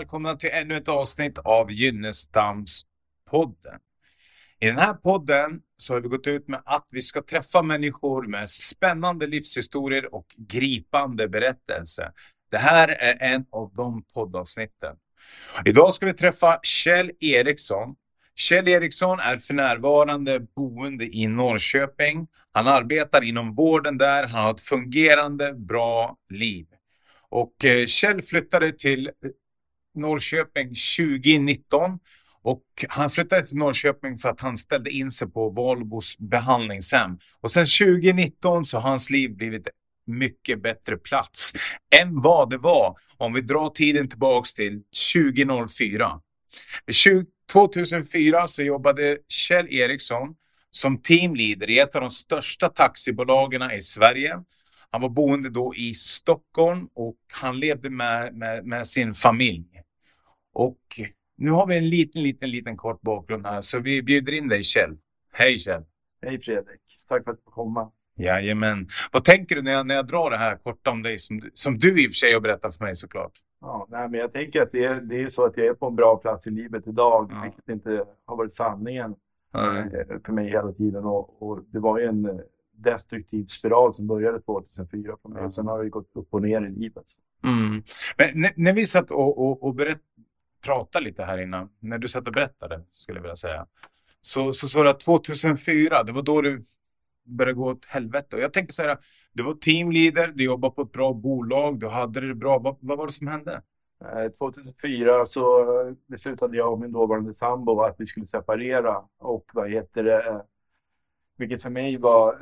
välkomna till ännu ett avsnitt av Gynnestams-podden. I den här podden så har vi gått ut med att vi ska träffa människor med spännande livshistorier och gripande berättelser. Det här är en av de poddavsnitten. Idag ska vi träffa Kjell Eriksson. Kjell Eriksson är för närvarande boende i Norrköping. Han arbetar inom vården där. Han har ett fungerande, bra liv. Och Kjell flyttade till Norrköping 2019. Och han flyttade till Norrköping för att han ställde in sig på Volvos behandlingshem. Och sen 2019 så har hans liv blivit mycket bättre plats än vad det var om vi drar tiden tillbaks till 2004. 2004 så jobbade Kjell Eriksson som teamleader i ett av de största taxibolagen i Sverige. Han var boende då i Stockholm och han levde med sin familj. Och nu har vi en liten kort bakgrund här, så vi bjuder in dig, Kjell. Hej Kjell. Hej Fredrik, tack för att du får komma. Jajamän. Vad tänker du när jag drar det här korta om dig som du i och för sig har berättat för mig såklart? Ja, nej, men jag tänker att det är så att jag är på en bra plats i livet idag, vilket inte har varit sanningen för mig hela tiden. Och det var ju en destruktiv spiral som började 2004 på mig. Och sen har det gått upp och ner i livet. Mm. Men när vi satt och pratade lite här innan, när du satt och berättade skulle jag vilja säga, så sa du att 2004, det var då du började gå åt helvete. Och jag tänker så här, du var teamleader, du jobbade på ett bra bolag, du hade det bra. Vad var det som hände? 2004 så beslutade jag och min dåvarande sambo att vi skulle separera. Och vilket för mig var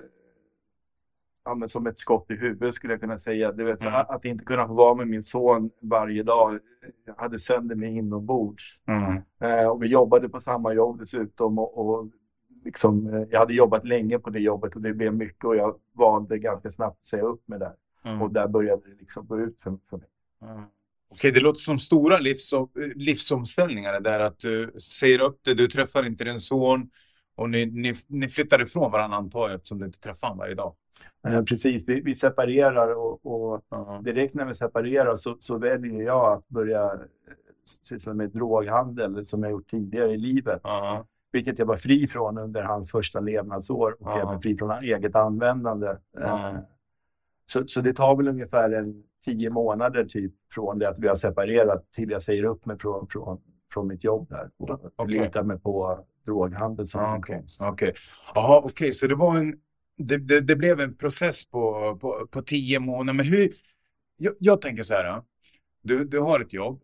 men som ett skott i huvudet skulle jag kunna säga. Det vet, att inte kunna få vara med min son varje dag. Jag hade sönder mig inombords. Och vi jobbade på samma jobb dessutom. Och liksom, jag hade jobbat länge på det jobbet och det blev mycket. Och jag valde ganska snabbt att säga upp med det. Och där började det liksom gå ut för mig. Okej, det låter som stora livsomställningar det där, att du säger upp det, du träffar inte din son och ni flyttar ifrån varandra antar jag, eftersom du inte träffar honom varje dag. Precis, vi separerar och direkt när vi separerar så väljer jag att börja syssla med droghandel som jag gjort tidigare i livet. Vilket jag var fri från under hans första levnadsår och även fri från eget användande. Så det tar väl ungefär 10 månader typ från det att vi har separerat till jag säger upp mig från mitt jobb där. Och förlitar mig på droghandel som inkomst. Okej, så det var det blev en process på 10 månader. Men hur, jag tänker så här, du har ett jobb,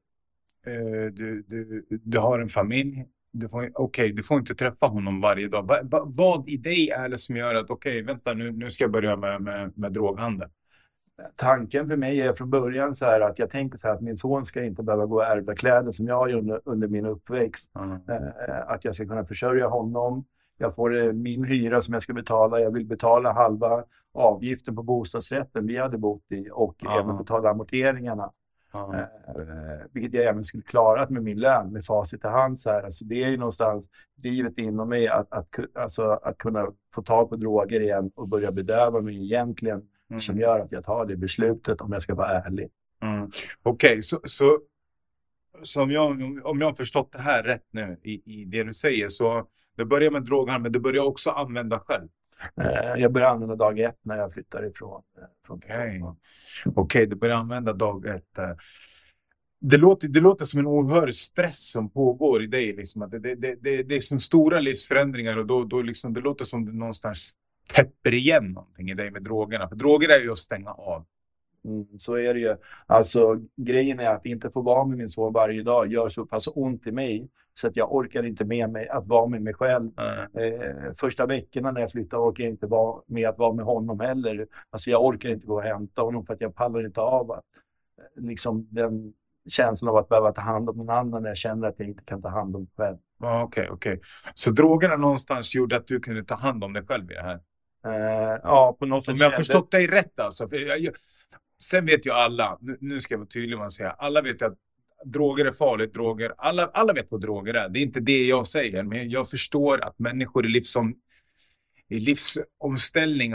du har en familj, du får inte träffa honom varje dag. Vad i dig är det som gör att vänta nu ska jag börja med droghandel? Tanken för mig är från början så här att jag tänker så här att min son ska inte behöva gå och ärva kläder som jag har under min uppväxt. Att jag ska kunna försörja honom. Jag får min hyra som jag ska betala. Jag vill betala halva avgiften på bostadsrätten vi hade bott i och även betala amorteringarna. Vilket jag även skulle klarat med min lön med facit i hand. Så här. Alltså det är ju någonstans drivet inom mig att kunna få tag på droger igen och börja bedöva mig egentligen. Som gör att jag tar det beslutet om jag ska vara ärlig. Okej, så om jag har förstått det här rätt nu i det du säger, så du börjar med droger men du börjar också använda själv? Jag börjar använda dag 1 när jag flyttar ifrån. Okej, du börjar använda dag 1. Det låter som en oerhörd stress som pågår i dig. Liksom, att det är som stora livsförändringar och då liksom, det låter som du någonstans täpper igen någonting i dig med drogerna. För droger är ju att stänga av. Så är det ju. Alltså grejen är att inte få vara med min son varje dag gör så pass ont i mig. Så att jag orkar inte med mig att vara med mig själv. Första veckorna när jag flyttar orkar jag inte vara med att vara med honom heller. Alltså jag orkar inte gå och hämta honom för att jag pallar inte av att liksom den känslan av att behöva ta hand om någon annan när jag känner att jag inte kan ta hand om mig själv. Okej. Så drogerna någonstans gjorde att du kunde ta hand om dig själv i det här? På något sätt. Om jag har förstått dig rätt alltså. Sen vet ju alla, nu ska jag vara tydlig med att säga, alla vet ju att droger är farligt, droger. Alla vet vad droger är. Det är inte det jag säger, men jag förstår att människor i livsomställningar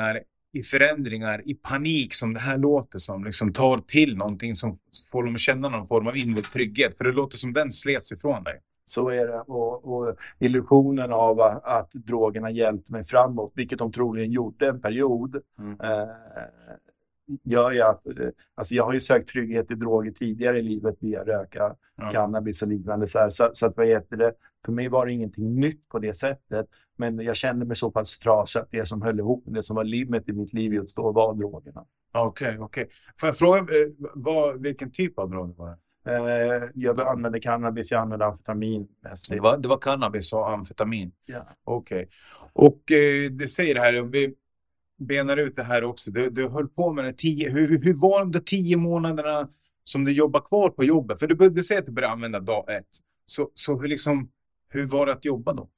i förändringar, i panik som det här låter som, liksom tar till någonting som får dem att känna någon form av inre trygghet. För det låter som den slets ifrån dig. Så är det. Och illusionen av att drogerna hjälpte mig framåt, vilket de troligen gjorde en period, gör ju att, alltså jag har ju sökt trygghet i droger tidigare i livet via röka, cannabis och liknande. Så att vad heter det? För mig var det ingenting nytt på det sättet. Men jag kände mig så pass trasig att det som höll ihop, det som var limmet i mitt liv just då var drogerna. Okej. Får jag fråga, vilken typ av droger var det? Jag använde cannabis, jag använde amfetamin mest. Det var cannabis och amfetamin? Ja. Okej. Och du säger det här, om vi benar ut det här också. Du höll på med det hur var de 10 månaderna som du jobbar kvar på jobbet? För du säger att du började använda dag 1. Så hur var det att jobba då?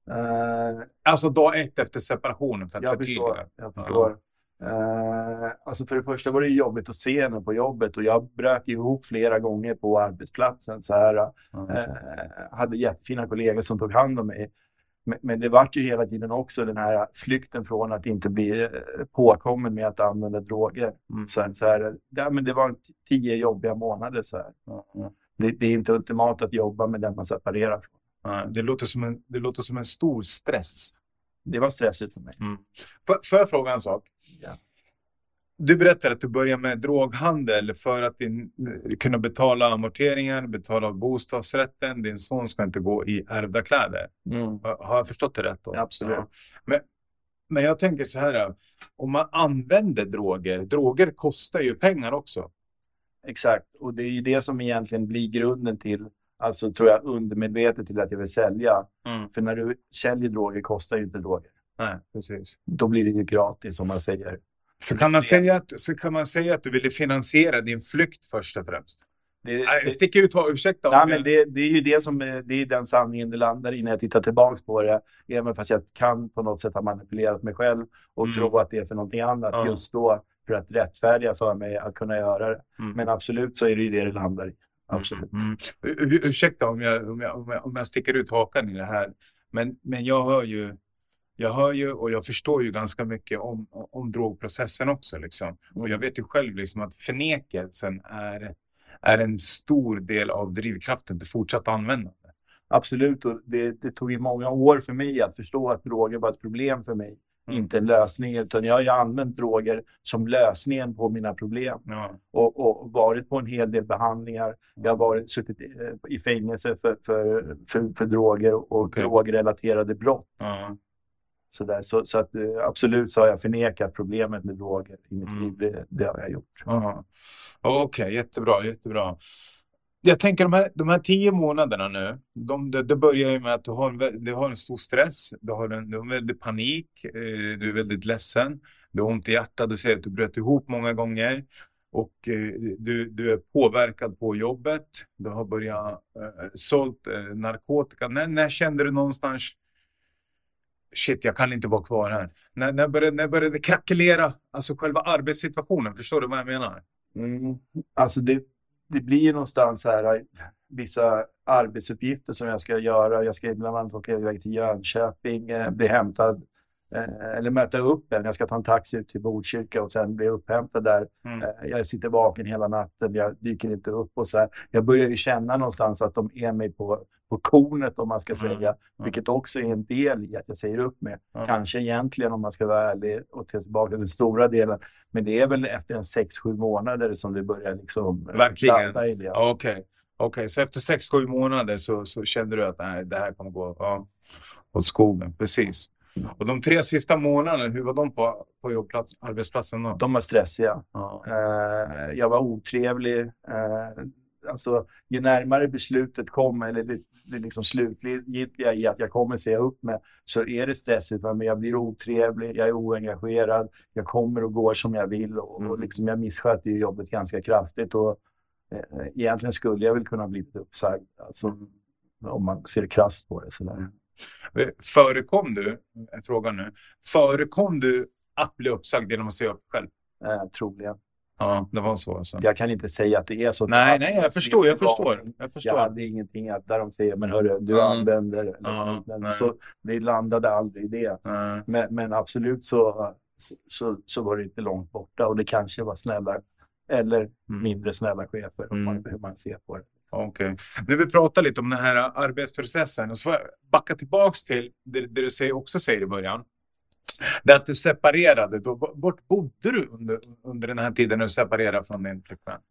Alltså dag 1 efter separationen. För att jag förstår. Alltså för det första var det jobbigt att se henne på jobbet och jag bröt ihop flera gånger på arbetsplatsen så här. Hade jättefina kollegor som tog hand om mig. Men det var ju hela tiden också den här flykten från att inte bli påkommen med att använda droger. Så här, men det var 10 jobbiga månader så här. Det är inte ultimat att jobba med den man separerar från. Det låter som en stor stress. Det var stressigt för mig. Får jag fråga en sak? Ja. Du berättade att du började med droghandel för att kunna betala amorteringar, betala bostadsrätten. Din son ska inte gå i ärvda kläder. Har jag förstått det rätt då? Ja, absolut. Ja. Men jag tänker så här, om man använder droger kostar ju pengar också. Exakt, och det är ju det som egentligen blir grunden till, alltså tror jag undermedvetet till att jag vill sälja. För när du säljer droger kostar ju inte droger. Nej, precis. Då blir det ju gratis som man säger. Så kan man säga att du ville finansiera din flykt först och främst? Stick ut, ursäkta. Nej, men det är ju det som det är den sanningen det landar i när jag tittar tillbaka på det. Även fast jag kan på något sätt ha manipulerat mig själv och tro att det är för någonting annat just då. För att rättfärdiga för mig att kunna göra det. Men absolut så är det ju det landar i. Absolut. Ursäkta om jag sticker ut hakan i det här. Men jag hör ju och jag förstår ju ganska mycket om drogprocessen också liksom. Och jag vet ju själv liksom att förnekelsen är en stor del av drivkraften till fortsatt användande. Absolut, och det tog ju många år för mig att förstå att droger var ett problem för mig. Inte en lösning, utan jag har ju använt droger som lösningen på mina problem. Och varit på en hel del behandlingar. Jag har suttit i fängelse för droger och drogrelaterade brott. Så att absolut så har jag förnekat problemet med droger i mitt liv. Det har jag gjort. Okej, jättebra. Jag tänker de här 10 månaderna nu, det börjar ju med att du har en stor stress, du har en väldig panik, du är väldigt ledsen, du har ont i hjärtat, du säger att du bröt ihop många gånger och du är påverkad på jobbet, du har börjat sålt narkotika. När kände du någonstans, shit, jag kan inte vara kvar här? När började det krackelera, alltså själva arbetssituationen, förstår du vad jag menar? Alltså det blir ju någonstans här vissa arbetsuppgifter som jag ska göra. Jag ska bland annat åka iväg till Jönköping, bli hämtad eller möta upp en. Jag ska ta en taxi ut till Botkyrka och sen bli upphämtad där. Jag sitter vaken hela natten, jag dyker inte upp och så här. Jag börjar ju känna någonstans att de är mig på kornet om man ska säga. Vilket också är en del i att jag säger upp mig. Kanske egentligen om man ska vara ärlig och ta tillbaka den stora delen. Men det är väl efter 6-7 månader som det börjar liksom... Verkligen. I det. Okej, så efter 6-7 månader så kände du att nej, det här kommer gå åt skogen. Precis. Och de 3 sista månaderna, hur var de på arbetsplatsen då? De var stressiga. Jag var otrevlig. Alltså, ju närmare beslutet kom, eller det liksom slutgiltiga i att jag kommer säga upp mig, så är det stressigt. Men jag blir otrevlig, jag är oengagerad, jag kommer och går som jag vill. Och liksom jag missköter ju jobbet ganska kraftigt. Och egentligen skulle jag väl kunna bli uppsagd. Alltså, om man ser krasst på det sådär. Förekom du att bli uppsagd genom att säga upp själv? Troligen. Ja, det var så alltså. Jag kan inte säga att det är så. Nej, jag förstår. Jag hade ingenting där de säger, men hörru, du använder. Så det landade aldrig i det. Men absolut så så var det inte långt borta. Och det kanske var snälla eller mindre snälla chefer, hur man ser på det. Okej. Nu vi pratar lite om den här arbetsprocessen. Och så får jag backa tillbaks till det du säger i början. Det att du separerade. Vart bodde du under den här tiden när du separerade från din flickvän?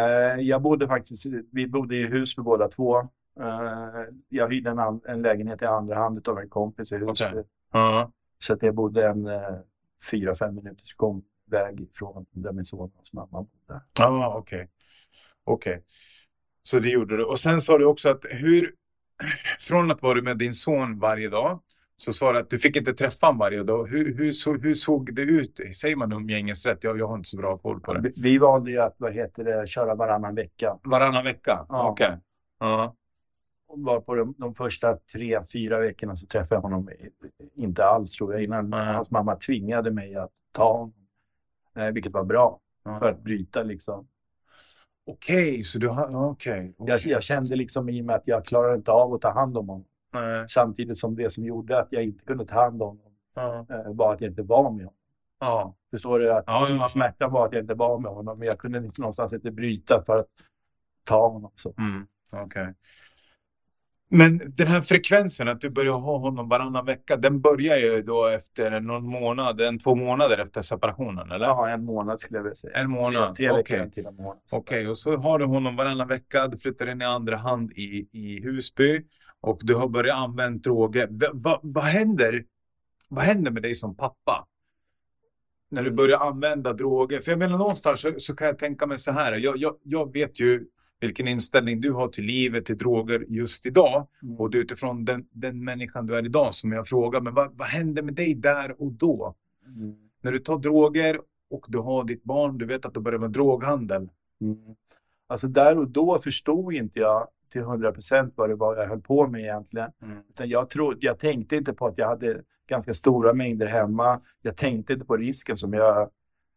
Vi bodde i hus med båda två. Jag hyrde en lägenhet i andra hand av en kompis i huset. Okay. Så att jag bodde en 4-5 minuters gångväg från där min son och mamma bodde. Okej. Så det gjorde du. Och sen sa du också att från att vara med din son varje dag, så sa du att du fick inte träffa honom varje dag. Hur såg det ut? Säger man umgängesrätt? Jag har inte så bra koll på det. Vi valde ju att köra varannan vecka. Varannan vecka? Ja. Okej. Ja. Var på de första 3-4 veckorna så träffade jag honom inte alls, tror jag, innan hans mamma tvingade mig att ta honom. Vilket var bra för att bryta liksom. Okej, så du har... Okej. Jag kände liksom i och med att jag klarade inte av att ta hand om honom. Samtidigt som det som gjorde att jag inte kunde ta hand om honom var att jag inte var med honom. Förstår du? Att smärtan var att jag inte var med honom. Men jag kunde inte någonstans inte bryta för att ta honom. Okej. Men den här frekvensen att du börjar ha honom varannan vecka, den börjar ju då efter någon månad, 2 månader efter separationen, eller? Ja, 1 månad skulle jag vilja säga. 1 månad? 3 veckor till en månad. Okej, och så har du honom varannan vecka, du flyttar in i andra hand i Husby och du har börjat använda droger. Vad händer med dig som pappa? När du börjar använda droger? För jag menar någonstans så kan jag tänka mig så här, jag vet ju vilken inställning du har till livet, till droger just idag. Och det är utifrån den människan du är idag som jag frågar. Men vad händer med dig där och då? När du tar droger och du har ditt barn, du vet att det börjar med droghandel. Alltså där och då förstod inte jag till 100% vad det var jag höll på med egentligen. Utan jag tänkte inte på att jag hade ganska stora mängder hemma. Jag tänkte inte på risken som jag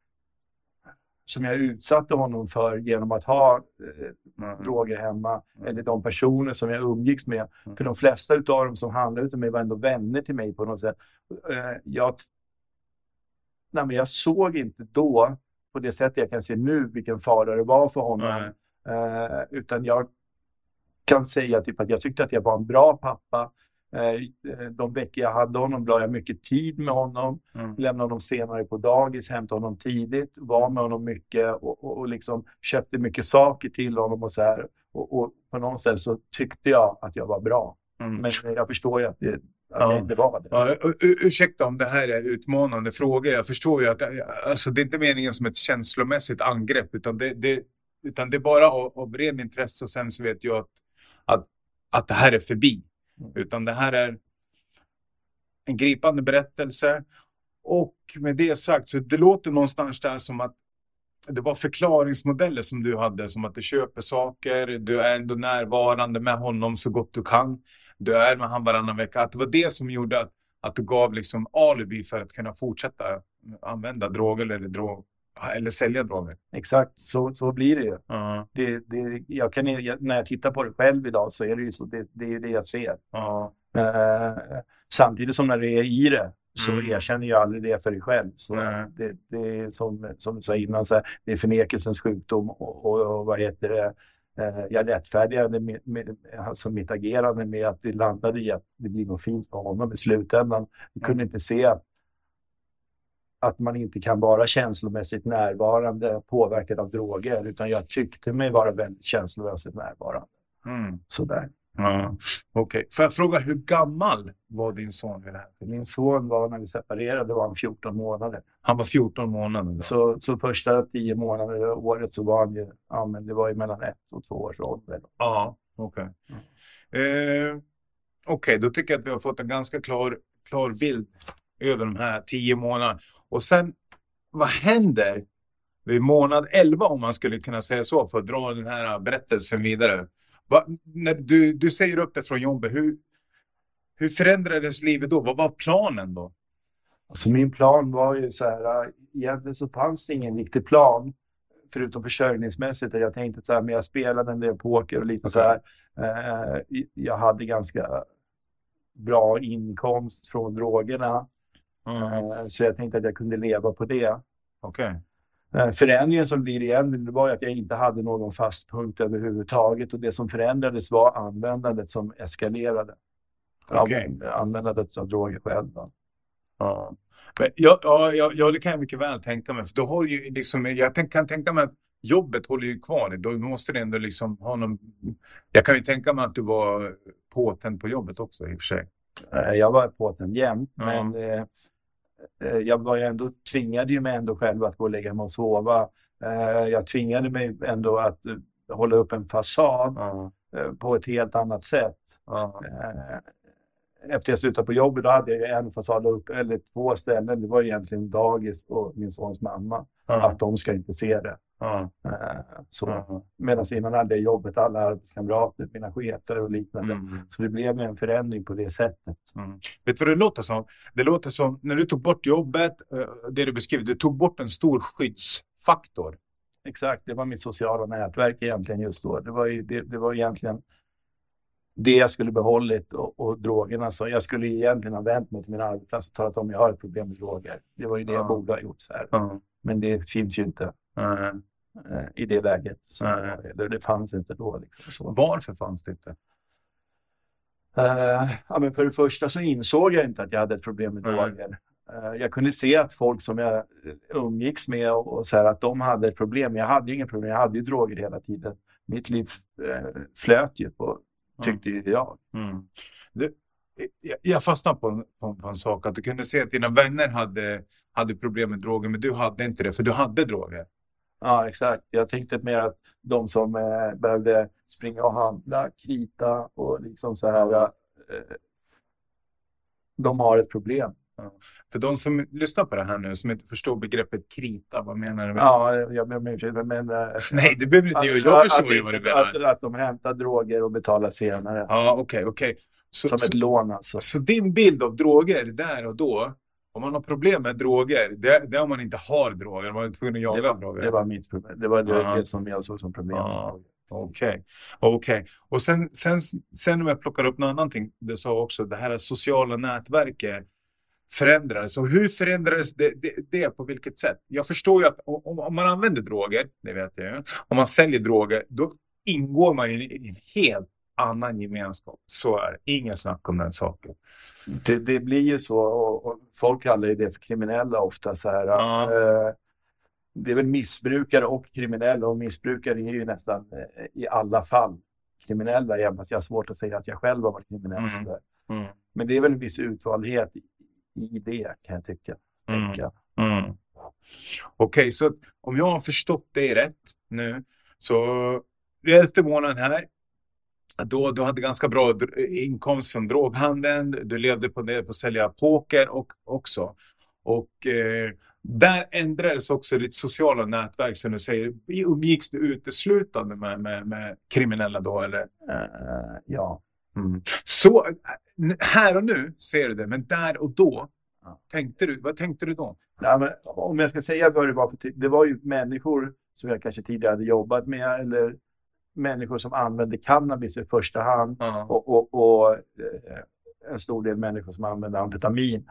utsatte honom för genom att ha droger hemma. Eller de personer som jag umgicks med. För de flesta av dem som handlade utav mig var ändå vänner till mig på något sätt. Jag såg inte då på det sättet jag kan se nu vilken fara det var för honom. Utan jag kan säga typ att jag tyckte att jag var en bra pappa. De veckor jag hade honom la jag mycket tid med honom. Lämnade honom senare på dagis, hämtade honom tidigt, var med honom mycket och liksom köpte mycket saker till honom och så här. Och på något sätt så tyckte jag att jag var bra. Men jag förstår ju att jag inte var det. Ja, ursäkta om det här är utmanande frågor. Jag förstår ju att alltså, det är inte meningen som ett känslomässigt angrepp, utan det är bara av ren intresse, och sen så vet jag att det här är förbi. Utan det här är en gripande berättelse. Och med det sagt så det låter någonstans där som att det var förklaringsmodeller som du hade. Som att du köper saker, du är ändå närvarande med honom så gott du kan. Du är med han varannan vecka. Att det var det som gjorde att du gav liksom alibi för att kunna fortsätta använda droger eller sälja droger. Exakt, så blir det ju. När jag tittar på det själv idag så är det ju så. Det är ju det jag ser. Samtidigt som när det är i det så erkänner jag aldrig det för dig själv. Så det är som du sa innan, så här, det är förnekelsens sjukdom och vad heter det? Jag rättfärdigade mitt agerande med att det landade i att det blir nog fint för honom i slutändan. Vi kunde inte se att man inte kan vara känslomässigt närvarande påverkad av droger, utan jag tyckte mig vara väldigt känslomässigt närvarande. Sådär. Okej. Får jag fråga, hur gammal var din son vid det här? Min son var, när vi separerade, var han 14 månader. Han var 14 månader då? Så första 10 månader året så var han ju, men det var ju mellan 1 och 2 års ålder. Ja, okej. Okej, då tycker jag att vi har fått en ganska klar bild över de här 10 månaderna. Och sen, vad händer vid månad 11, om man skulle kunna säga så, för att dra den här berättelsen vidare? När du säger upp det från jobbet, hur förändrades livet då? Vad var planen då? Alltså min plan var ju så här, egentligen så fanns det ingen riktig plan förutom försörjningsmässigt. Jag tänkte så här, men jag spelade en del poker och lite så här. Jag hade ganska bra inkomst från drogerna. Så jag tänkte att jag kunde leva på det. Okej. Förändringen som blir igen, det var att jag inte hade någon fast punkt överhuvudtaget. Och det som förändrades var användandet som eskalerade. Användandet av droger själv. Ja. Men ja, det kan jag mycket väl tänka mig. För då har ju liksom, kan tänka mig att jobbet håller ju kvar. Då måste det ändå liksom ha någon... Jag kan ju tänka mig att du var påtänd på jobbet också i och för sig. Jag var påtänd jämt, men jag var ju ändå, tvingade ju mig ändå själv att gå och lägga mig och sova. Jag tvingade mig ändå att hålla upp en fasad på ett helt annat sätt. Efter jag slutade på jobbet, då hade jag en fasad upp, eller 2 ställen. Det var egentligen dagis och min sons mamma. Att de ska inte se det. Medan innan hade jag jobbet, alla arbetskamrater, mina chefer och liknande. Så det blev en förändring på det sättet. Vet du vad det låter som? Det låter som, när du tog bort jobbet, det du beskriver, du tog bort en stor skyddsfaktor. Exakt, det var mitt sociala nätverk egentligen just då. Det var egentligen det jag skulle behållit och drogerna. Så jag skulle egentligen ha vänt mig till min arbetsplats och talat om att jag har ett problem med droger. Det var ju det jag borde ha gjort så här. Men det finns ju inte i det läget. Så det fanns inte då. Liksom, så. Varför fanns det inte? Men för det första så insåg jag inte att jag hade ett problem med droger. Jag kunde se att folk som jag umgicks med och så här, att de hade ett problem. Jag hade ju ingen problem, jag hade ju droger hela tiden. Mitt liv flöt ju på, tyckte ju jag. Jag fastnade på en sak, att du kunde se att dina vänner hade problem med droger, men du hade inte det, för du hade droger. Ja, exakt. Jag tänkte mer att de som behövde springa och handla, krita och liksom så här, de har ett problem. För de som lyssnar på det här nu, som inte förstår begreppet krita, vad menar du med? Ja, jag men nej, det behöver inte jag förstår ju vad du menar. Att de hämtar droger och betalar senare. Ja, okej. Som ett lån alltså. Så din bild av droger där och då, om man har problem med droger, det är om man inte har droger, man är tvungen att jaga droger. Det var mitt problem. Det var det som jag såg som problem. Okej. Och sen om jag plockar upp något annat, det sa också, det här sociala nätverket förändrades. Och hur förändrades det på vilket sätt? Jag förstår ju att om man använder droger, det vet jag ju, om man säljer droger, då ingår man i en helt annan gemenskap. Så är det. Ingen snack om den saken. Det blir ju så, och folk kallar ju det för kriminella ofta så här. Det är väl missbrukare och kriminella, och missbrukare är ju nästan i alla fall kriminella. Jag har svårt att säga att jag själv har varit kriminell. Men det är väl en viss utvaldhet i det, kan jag tycka. Okej, så om jag har förstått det rätt nu, så efter månaden här, du hade ganska bra inkomst från droghandeln, du levde på det, på att sälja poker och också. Och där ändrades också ditt sociala nätverk, som du säger. Umgicks du uteslutande med kriminella då, eller? Ja. Så här och nu ser du det, men där och då, vad tänkte du då? Ja, men om jag ska säga vad det var ju människor som jag kanske tidigare hade jobbat med, eller människor som använde cannabis i första hand, och en stor del människor som använde amfetamin.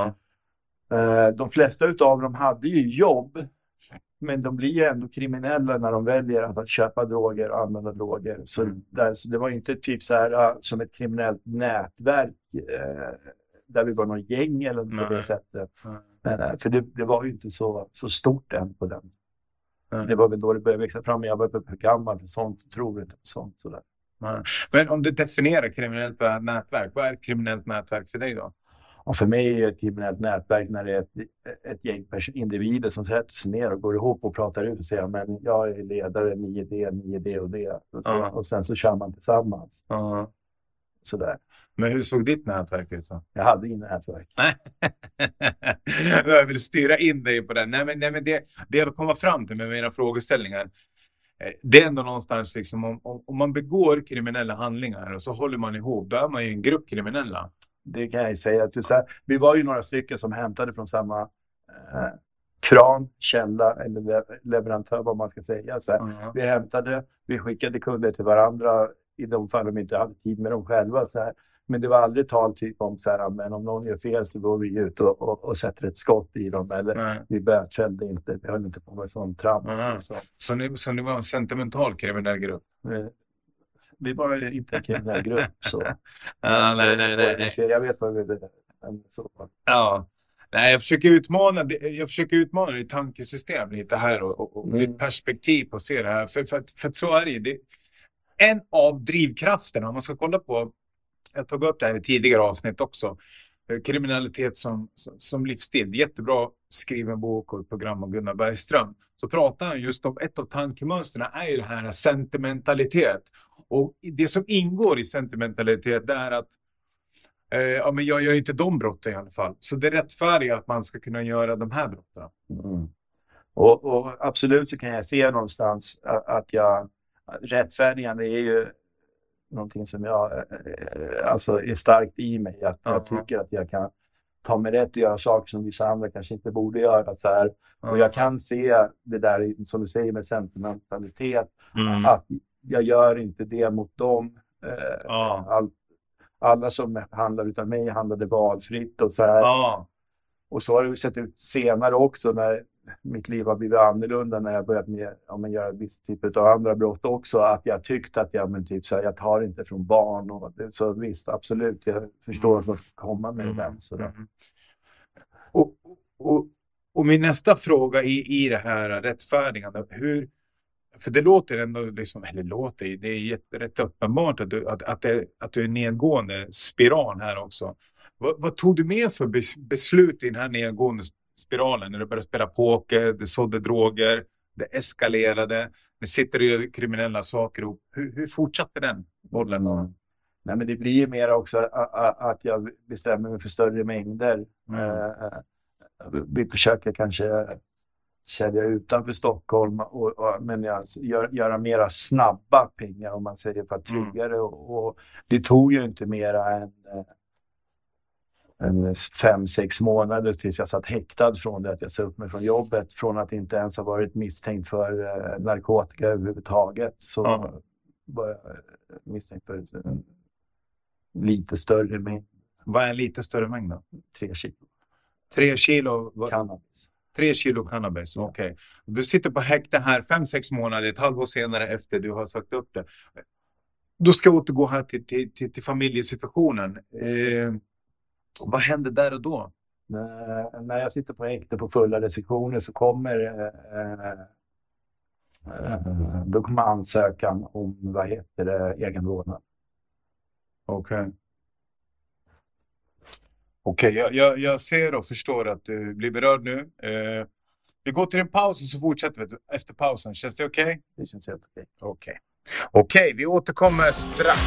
De flesta av dem hade ju jobb, men de blir ju ändå kriminella när de väljer att köpa droger och använda droger. Så det var inte typ så här som ett kriminellt nätverk där vi var någon gäng eller på det sättet. För det var ju inte så stort än på den. Det var väl då det började växa fram. Jag var för gammal för sånt, tror inte på sånt. Sådär. Men om du definierar kriminellt nätverk, vad är ett kriminellt nätverk för dig då? Och för mig är ett kriminellt nätverk när det är ett gäng individer som sätter sig ner och går ihop och pratar ut och säger, men jag är ledare, 9D och det. Och sen så kör man tillsammans. Sådär. Men hur såg ditt nätverk ut då? Jag hade inget nätverk. Jag vill styra in dig på det. Nej, men det jag vill komma fram till med mina frågeställningar, det är ändå någonstans liksom, om man begår kriminella handlingar och så håller man ihop, då är man ju en grupp kriminella. Det kan jag säga. Vi var ju några stycken som hämtade från samma kran, källa eller leverantör, vad man ska säga. Vi hämtade, vi skickade kunder till varandra i de fall de inte hade tid med dem själva. Så här. Men det var aldrig tal typ om så här, men om någon gör fel så går vi ut och sätter ett skott i dem. Eller vi bötfällde inte, vi höll inte på med sån trams. Liksom. Så ni var en sentimental kriminell grupp? Vi var inte en kriminell grupp. Så. Nej. Jag vet vad vi det är. Ja. Nej, jag försöker utmana ditt tankesystem lite här och ditt perspektiv på att se det här. För så är det. En av drivkrafterna, om man ska kolla på, jag tog upp det här i tidigare avsnitt också, kriminalitet som livsstil. Jättebra skriven bok och program av Gunnar Bergström. Så pratar han just om ett av tankemönsterna är ju det här sentimentalitet. Och det som ingår i sentimentalitet det är att men jag gör inte de brotten i alla fall. Så det är rättfärdigt att man ska kunna göra de här brotten. Mm. Och absolut så kan jag se någonstans att rättfärdigande är ju någonting som jag alltså är starkt i mig. Att jag tycker att jag kan ta mig rätt och göra saker som vissa andra kanske inte borde göra. Så här. Och jag kan se det där som du säger med sentimentalitet. Att jag gör inte det mot dem. Alla som handlar utan mig handlade valfritt och så här. Och så har det sett ut senare också när mitt liv har blivit annorlunda när jag börjat med göra viss typ av andra brott också. Att jag tyckte att jag tar inte från barn. Och det, så visst, absolut. Jag förstår att man ska komma med det. Sådär. Och min nästa fråga i det här rättfärdigande. För det låter ändå liksom, det är rätt uppenbart att du är nedgående spiral här också. Vad tog du med för beslut i den här nedgående spiralen när du började spela poker, du sådde droger, det eskalerade, det sitter ju kriminella saker ihop. Hur fortsatte den bollen? Nej, men det blir ju mer också att jag bestämmer mig för större mängder. Vi försöker kanske sälja utanför Stockholm men göra mera snabba pengar om man säger för att trygga det. Och det tog ju inte mera än 5-6 månader tills jag satt häktad från det att jag sa upp mig från jobbet. Från att inte ens ha varit misstänkt för narkotika överhuvudtaget så var jag misstänkt för en lite större mängd. Vad är en lite större mängd då? 3 kilo. 3 kilo cannabis. 3 kilo cannabis, okej. Du sitter på häkte här 5-6 månader, ett halvår senare efter du har sagt upp det. Då ska jag återgå här till familjesituationen. Vad händer där och då? När jag sitter på häkte på fulla restriktioner så kommer ansökan om egen vårdnad. Okej, jag ser och förstår att du blir berörd nu. Vi går till en paus och så fortsätter vi efter pausen. Känns det okej? Det känns helt okej. Okej, vi återkommer strax.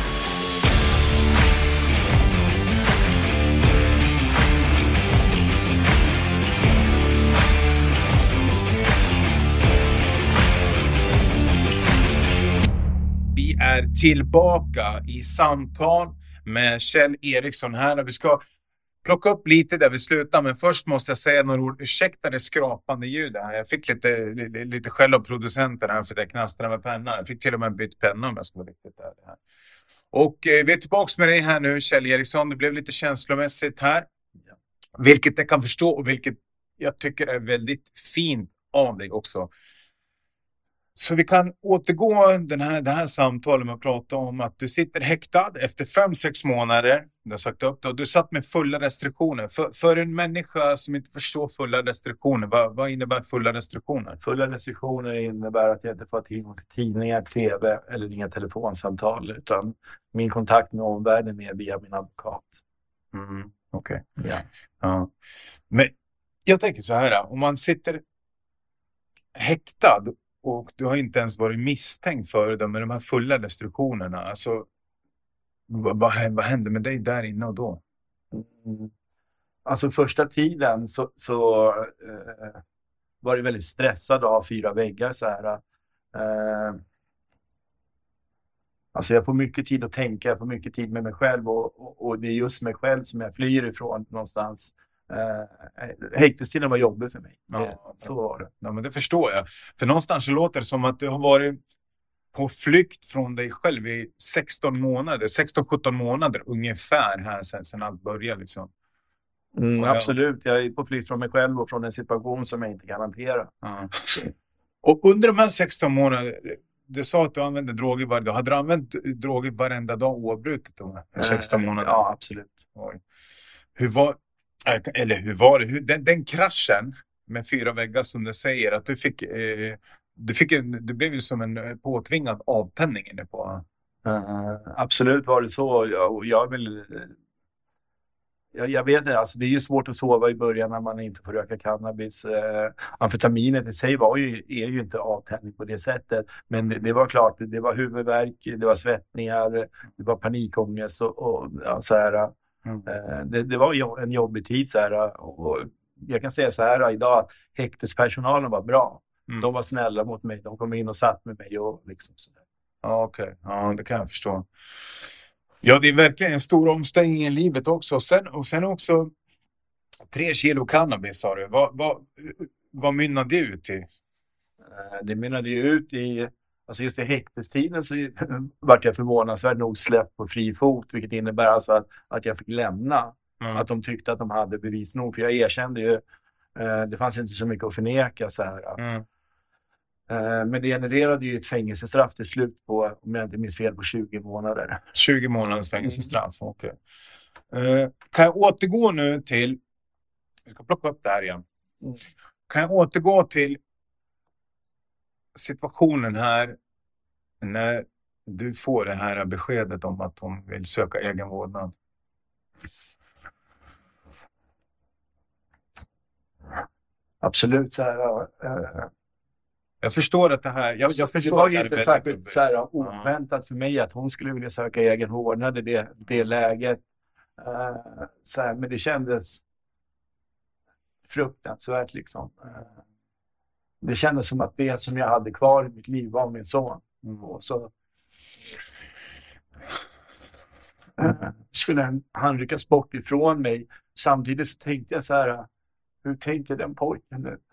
Vi är tillbaka i samtal med Kjell Eriksson här. Vi ska plocka upp lite där vi slutar, men först måste jag säga några ord. Ursäkta det skrapande ljudet här. Jag fick lite skäll av producenten här för att jag knastrade med pennan. Jag fick till och med bytt penna om jag ska vara riktigt ärlig här. Och vi är tillbaka med dig här nu, Kjell Eriksson. Det blev lite känslomässigt här. Ja. Vilket jag kan förstå och vilket jag tycker är väldigt fint av dig också. Så vi kan återgå det här samtalet med att prata om att du sitter häktad efter 5-6 månader. Du har sagt upp det och du satt med fulla restriktioner. För en människa som inte förstår fulla restriktioner, vad innebär fulla restriktioner? Fulla restriktioner innebär att jag inte får tillgång till tidningar, tv eller inga telefonsamtal. Utan min kontakt med omvärlden är via min advokat. Okej. Ja. Men jag tänker så här, om man sitter häktad och du har inte ens varit misstänkt för det med de här fulla restriktionerna. Alltså, vad hände med dig där inne och då? Alltså första tiden så var det väldigt stressad av 4 väggar så här. Alltså jag får mycket tid att tänka, jag får mycket tid med mig själv och det är just mig själv som jag flyr ifrån någonstans. Häktestiden var jobbig för mig. Så var det. Ja, men det förstår jag. För någonstans så låter det som att du har varit på flykt från dig själv i 16-17 månader ungefär här sen allt började liksom. Absolut, jag är på flykt från mig själv och från en situation som jag inte kan hantera. Ja. Och under de här 16 månaderna, du sa att du använde droger varje dag. Hade du använt droger varenda dag oavbrutet då? 16 månader? Ja, absolut. Hur var det? Den kraschen med 4 väggar som du säger, att det blev ju som en påtvingad avtändning inne på. Absolut var det så. Jag vet inte, alltså det är ju svårt att sova i början när man inte får röka cannabis. Amfetaminet i sig är ju inte avtändning på det sättet. Men det var klart, det var huvudvärk, det var svettningar, det var panikångest och så här. Det var en jobbig tid så här. Och jag kan säga så här idag att häktespersonalen var bra. De var snälla mot mig, de kom in och satt med mig och liksom sådär. Ja, okej. Ja, det kan jag förstå. Ja, det är verkligen en stor omställning i livet också. Och sen också 3 kilo cannabis, sa du. Vad mynnade det ut i? Det mynnade ju ut i, alltså just i häktestiden så vart jag förvånansvärt nog släppt på fri fot. Vilket innebär alltså att jag fick lämna. Att de tyckte att de hade bevis nog. För jag erkände ju, det fanns inte så mycket att förneka så här. Men det genererade ju ett fängelsestraff till slut på, om jag inte minns fel, på 20 månader. 20 månaders fängelsestraff, okej. Kan jag återgå nu till... Jag ska plocka upp det här igen. Kan jag återgå till situationen här när du får det här beskedet om att hon vill söka egen vårdnad? Absolut, så här... Jag förstår att det här... Jag förstår det var ju inte särskilt så här oväntat för mig att hon skulle vilja söka egen vårdnad i det läget. Så här, men det kändes fruktansvärt liksom. Det kändes som att det som jag hade kvar i mitt liv var min son. Och så skulle han ryckas bort ifrån mig. Samtidigt så tänkte jag så här, hur tänker den pojken nu?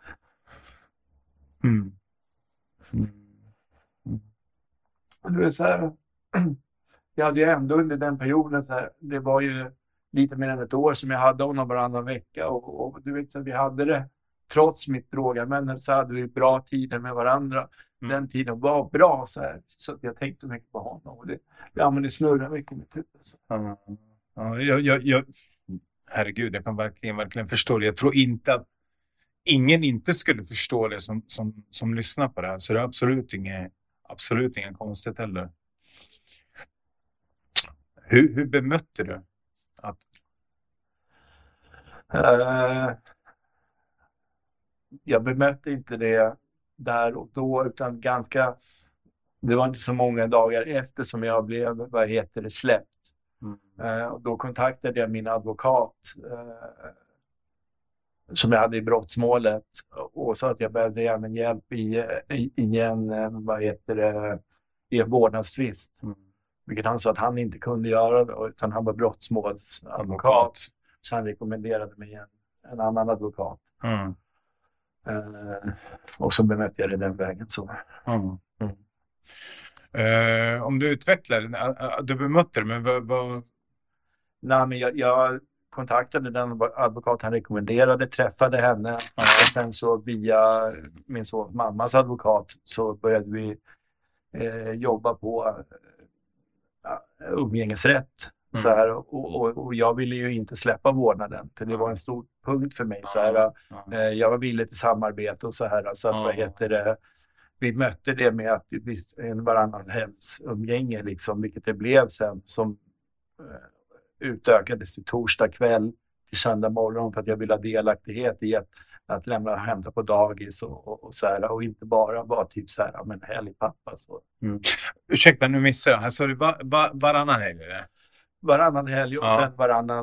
Det är så här, jag hade ju ändå under den perioden så här, det var ju lite mer än ett år som jag hade honom varannan vecka och du vet så vi hade det trots mitt droganvändande så hade vi bra tider med varandra. Den tiden var bra så här, så att jag tänkte mycket på honom och det snurrar mycket med huvudet. Herregud, jag kan verkligen förstå det. Jag tror inte att ingen inte skulle förstå det som lyssnar på det här. Så det är absolut inget konstigt heller. Hur bemötte du att... Jag bemötte inte det där och då utan det var inte så många dagar efter som jag blev, släppt. Och då kontaktade jag min advokat som jag hade i brottsmålet och sa att jag behövde även hjälp i en vårdnadstvist. Vilket han sa att han inte kunde göra det, utan han var brottsmålsadvokat. Så han rekommenderade mig en annan advokat. Och så bemötte jag det den vägen så. Om du utvecklar, du bemötte det, men vad... Nej, men jag kontaktade den advokat han rekommenderade, träffade henne och sen så via min son mammas advokat så började vi jobba på umgängesrätt. Så här, och jag ville ju inte släppa vårdnaden för det var en stor punkt för mig. Så här, jag var villig till samarbete och så här. Så att, vi mötte det med att en varannan helgs umgänge liksom, vilket det blev sen som utökades till torsdag kväll till söndag morgon för att jag ville ha delaktighet i att lämna och hämta på dagis och så här, och inte bara vara typ så här, men helgpappa så. Ursäkta, nu missar jag. Här sa du varannan helg eller? Varannan helg och sen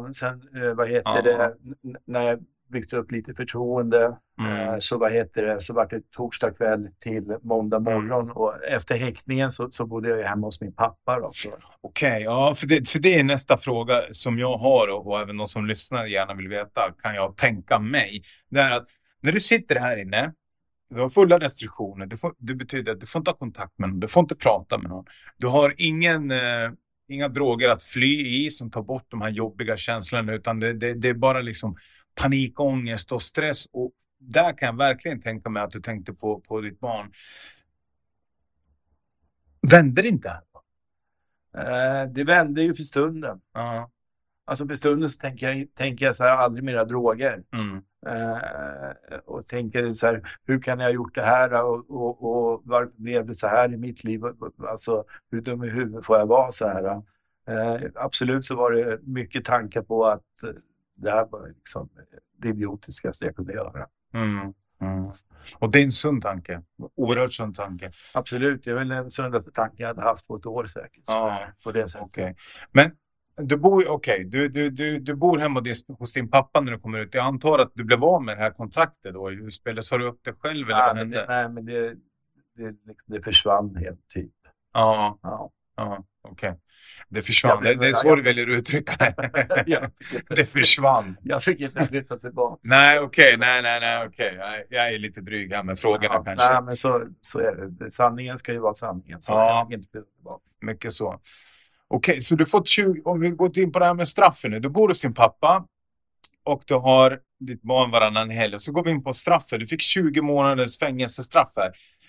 när jag byggt upp lite förtroende så var det torsdag kväll till måndag morgon och efter häktningen så bodde jag hemma hos min pappa då. Okej, ja, för det är nästa fråga som jag har och även de som lyssnar gärna vill veta, kan jag tänka mig. Det är att när du sitter här inne Du har fulla restriktioner. Det betyder att du får inte ha kontakt med någon. Du får inte prata med någon. Du har inga droger att fly i som tar bort de här jobbiga känslorna. Utan det är bara liksom panikångest och stress. Och där kan jag verkligen tänka mig att du tänkte på ditt barn. Vände det inte? Det vände ju för stunden. Ja. Alltså för stunden så tänker jag så här, aldrig mera droger. Mm. Och tänker så här, hur kan jag ha gjort det här och varför blev det så här i mitt liv? Alltså hur dum i huvudet får jag vara så här? Absolut så var det mycket tankar på att det här var liksom det idiotiskaste jag kunde göra. Mm. Mm. Och det är en sund tanke. Oerhört sund tanke. Absolut, det är väl den sundaste tanken jag hade haft på ett år säkert. Ja, på det sättet. Okay. Men du bor hemma hos din pappa när du kommer ut. Jag antar att du blev av med det här kontraktet då. Hur spelade du upp det själv eller vad hände? Nej, men det försvann helt typ. Ja, okej. Det försvann. Det är så du väljer att uttrycka det. Det försvann. Jag fick inte flytta tillbaka. Nej, okej. Jag är lite dryg här med frågorna kanske. Nej, men så är det. Sanningen ska ju vara sanningen. Så jag fick inte flytta tillbaka. Mycket så. Okej, så du fått 20, om vi går in på det här med straffen nu. Du bor hos sin pappa och du har ditt barn varannan helg. Så går vi in på straffet. Du fick 20 månaders fängelsestraff här.